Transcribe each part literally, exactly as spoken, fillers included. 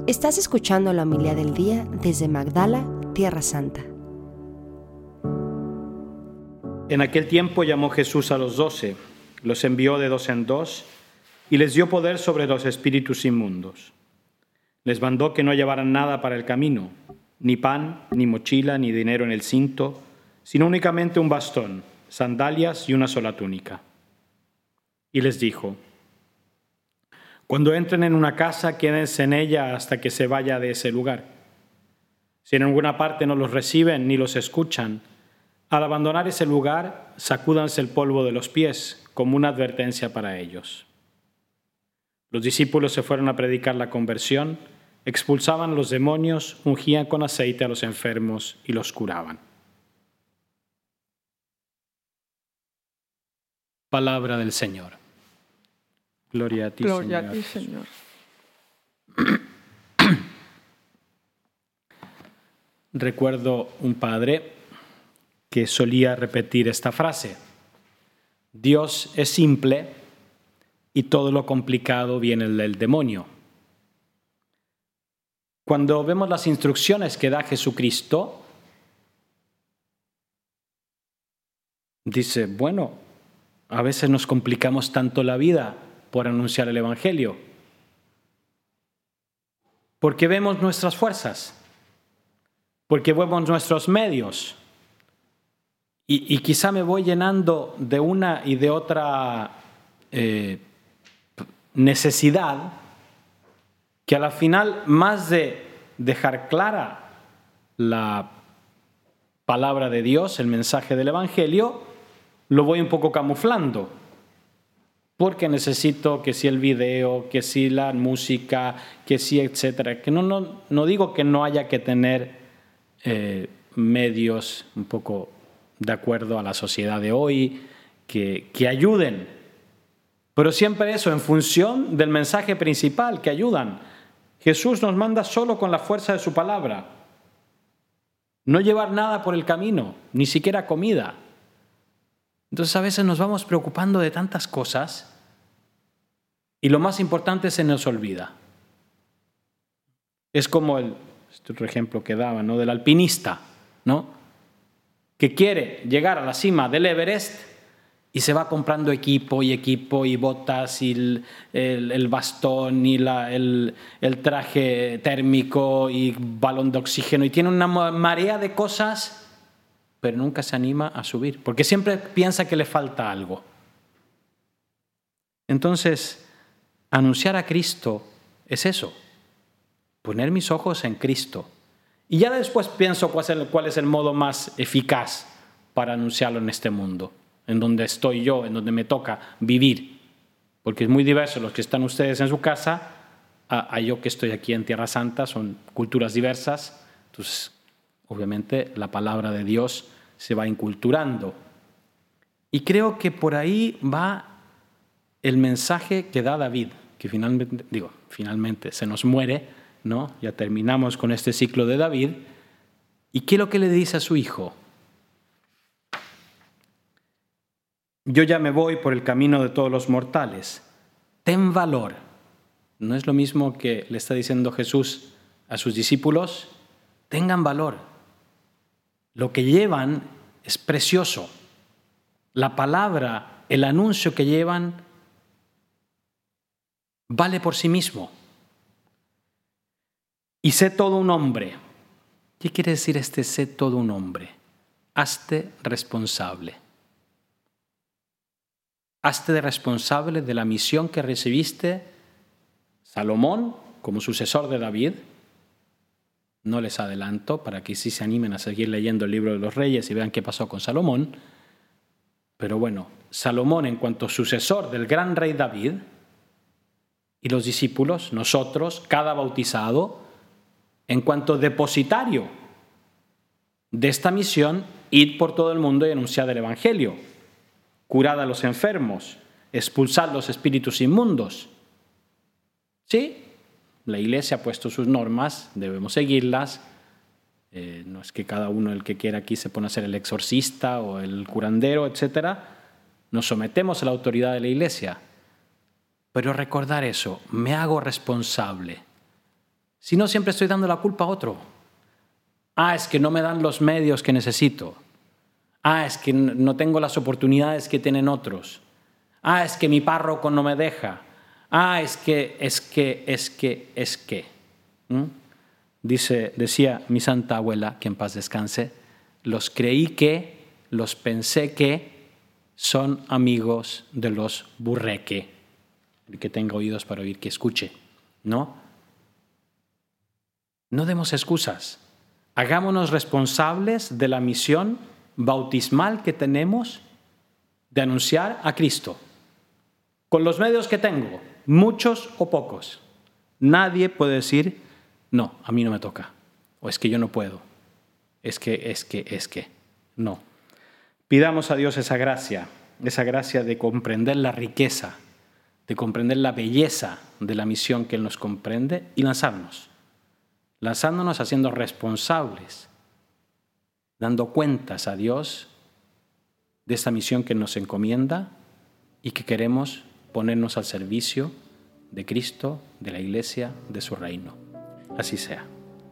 Estás escuchando la homilía del día desde Magdala, Tierra Santa. En aquel tiempo llamó Jesús a los doce, los envió de dos en dos y les dio poder sobre los espíritus inmundos. Les mandó que no llevaran nada para el camino, ni pan, ni mochila, ni dinero en el cinto, sino únicamente un bastón, sandalias y una sola túnica. Y les dijo: cuando entren en una casa, quédense en ella hasta que se vaya de ese lugar. Si en alguna parte no los reciben ni los escuchan, al abandonar ese lugar, sacúdanse el polvo de los pies como una advertencia para ellos. Los discípulos se fueron a predicar la conversión, expulsaban a los demonios, ungían con aceite a los enfermos y los curaban. Palabra del Señor. Gloria a ti, Gloria Señor. a ti, Señor. Recuerdo un padre que solía repetir esta frase: Dios es simple y todo lo complicado viene del demonio. Cuando vemos las instrucciones que da Jesucristo, dice, bueno, a veces nos complicamos tanto la vida por anunciar el Evangelio, porque vemos nuestras fuerzas, porque vemos nuestros medios, y, y quizá me voy llenando de una y de otra eh, necesidad, que a la final, más de dejar clara la palabra de Dios, el mensaje del Evangelio, lo voy un poco camuflando. Porque necesito que si el video, que si la música, que si etcétera. Que no, no, no digo que no haya que tener eh, medios un poco de acuerdo a la sociedad de hoy, que, que ayuden. Pero siempre eso, en función del mensaje principal, que ayudan. Jesús nos manda solo con la fuerza de su palabra. No llevar nada por el camino, ni siquiera comida. Entonces a veces nos vamos preocupando de tantas cosas y lo más importante se nos olvida. Es como el este otro ejemplo que daba, ¿no? Del alpinista, ¿no? Que quiere llegar a la cima del Everest y se va comprando equipo y equipo y botas y el, el, el bastón y la, el, el traje térmico y balón de oxígeno y tiene una marea de cosas, pero nunca se anima a subir, porque siempre piensa que le falta algo. Entonces, anunciar a Cristo es eso, poner mis ojos en Cristo. Y ya después pienso cuál es el, cuál es el modo más eficaz para anunciarlo en este mundo, en donde estoy yo, en donde me toca vivir, porque es muy diverso los que están ustedes en su casa a, a yo que estoy aquí en Tierra Santa, son culturas diversas, entonces obviamente la palabra de Dios se va inculturando. Y creo que por ahí va el mensaje que da David, que finalmente, digo, finalmente se nos muere, ¿no? Ya terminamos con este ciclo de David. ¿Y qué es lo que le dice a su hijo? Yo ya me voy por el camino de todos los mortales. Ten valor. ¿No es lo mismo que le está diciendo Jesús a sus discípulos? Tengan valor. Lo que llevan es precioso. La palabra, el anuncio que llevan, vale por sí mismo. Y sé todo un hombre. ¿Qué quiere decir este sé todo un hombre? Hazte responsable. Hazte de responsable de la misión que recibiste. Salomón, como sucesor de David, no les adelanto para que sí se animen a seguir leyendo el libro de los Reyes y vean qué pasó con Salomón. Pero bueno, Salomón en cuanto sucesor del gran rey David y los discípulos, nosotros, cada bautizado, en cuanto depositario de esta misión, id por todo el mundo y anunciad el Evangelio, curad a los enfermos, expulsad los espíritus inmundos. Sí, la Iglesia ha puesto sus normas, debemos seguirlas. Eh, no es que cada uno, el que quiera aquí, se pone a ser el exorcista o el curandero, etcétera. Nos sometemos a la autoridad de la Iglesia. Pero recordar eso, me hago responsable Si no, siempre estoy dando la culpa a otro. Ah, es que no me dan los medios que necesito. Ah, es que no tengo las oportunidades que tienen otros. Ah, es que mi párroco no me deja. Ah, es que, es que, es que, es que. ¿Mm? Dice, decía mi santa abuela, que en paz descanse, los creí que, los pensé que, son amigos de los burreque. El que tenga oídos para oír, que escuche. ¿No? No demos excusas. Hagámonos responsables de la misión bautismal que tenemos de anunciar a Cristo. Con los medios que tengo, muchos o pocos. Nadie puede decir, no, a mí no me toca. O es que yo no puedo. Es que, es que, es que. No. Pidamos a Dios esa gracia, esa gracia de comprender la riqueza, de comprender la belleza de la misión que Él nos comprende y lanzarnos. Lanzándonos haciendo responsables, dando cuentas a Dios de esta misión que nos encomienda y que queremos ponernos al servicio de Cristo, de la Iglesia, de su reino. Así sea.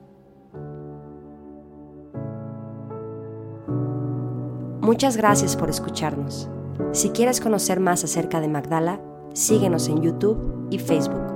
Muchas gracias por escucharnos. Si quieres conocer más acerca de Magdala, síguenos en YouTube y Facebook.